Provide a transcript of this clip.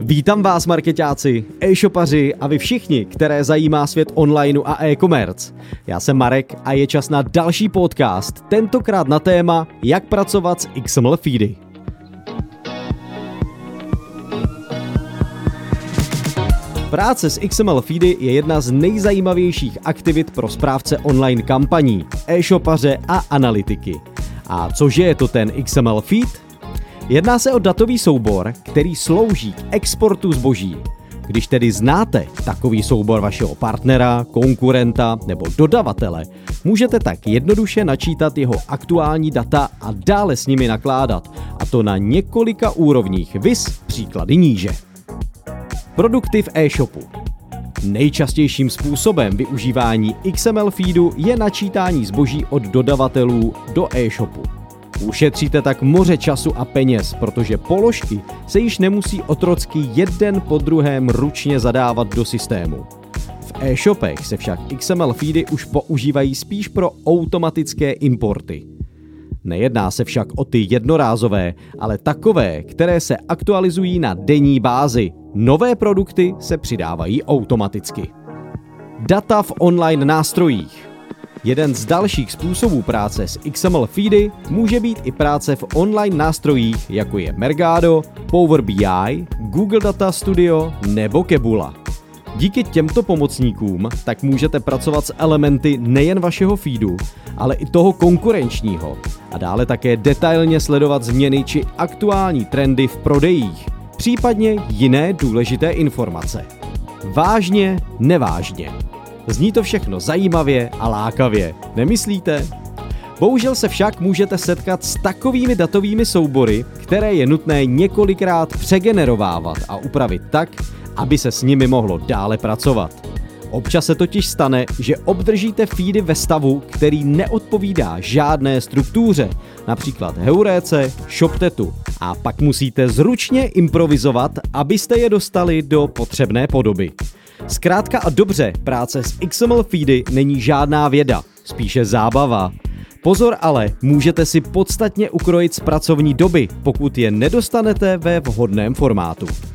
Vítám vás, markeťáci, e-shopaři a vy všichni, které zajímá svět online a e-commerce. Já jsem Marek a je čas na další podcast, tentokrát na téma, jak pracovat s XML feedy. Práce s XML feedy je jedna z nejzajímavějších aktivit pro správce online kampaní, e-shopaře a analytiky. A cože je to ten XML feed? Jedná se o datový soubor, který slouží k exportu zboží. Když tedy znáte takový soubor vašeho partnera, konkurenta nebo dodavatele, můžete tak jednoduše načítat jeho aktuální data a dále s nimi nakládat, a to na několika úrovních, viz příklady níže. Produkty v e-shopu. Nejčastějším způsobem využívání XML feedu je načítání zboží od dodavatelů do e-shopu. Ušetříte tak moře času a peněz, protože položky se již nemusí otrocky jeden po druhém ručně zadávat do systému. V e-shopech se však XML feedy už používají spíš pro automatické importy. Nejedná se však o ty jednorázové, ale takové, které se aktualizují na denní bázi. Nové produkty se přidávají automaticky. Data v online nástrojích. Jeden z dalších způsobů práce s XML feedy může být i práce v online nástrojích, jako je Mercado, Power BI, Google Data Studio nebo Kebula. Díky těmto pomocníkům tak můžete pracovat s elementy nejen vašeho feedu, ale i toho konkurenčního a dále také detailně sledovat změny či aktuální trendy v prodejích, případně jiné důležité informace. Vážně, nevážně. Zní to všechno zajímavě a lákavě, nemyslíte? Bohužel se však můžete setkat s takovými datovými soubory, které je nutné několikrát přegenerovávat a upravit tak, aby se s nimi mohlo dále pracovat. Občas se totiž stane, že obdržíte feedy ve stavu, který neodpovídá žádné struktuře, například Heuréce, ShopTetu, a pak musíte zručně improvizovat, abyste je dostali do potřebné podoby. Zkrátka a dobře, práce s XML feedy není žádná věda, spíše zábava. Pozor ale, můžete si podstatně ukrojit z pracovní doby, pokud je nedostanete ve vhodném formátu.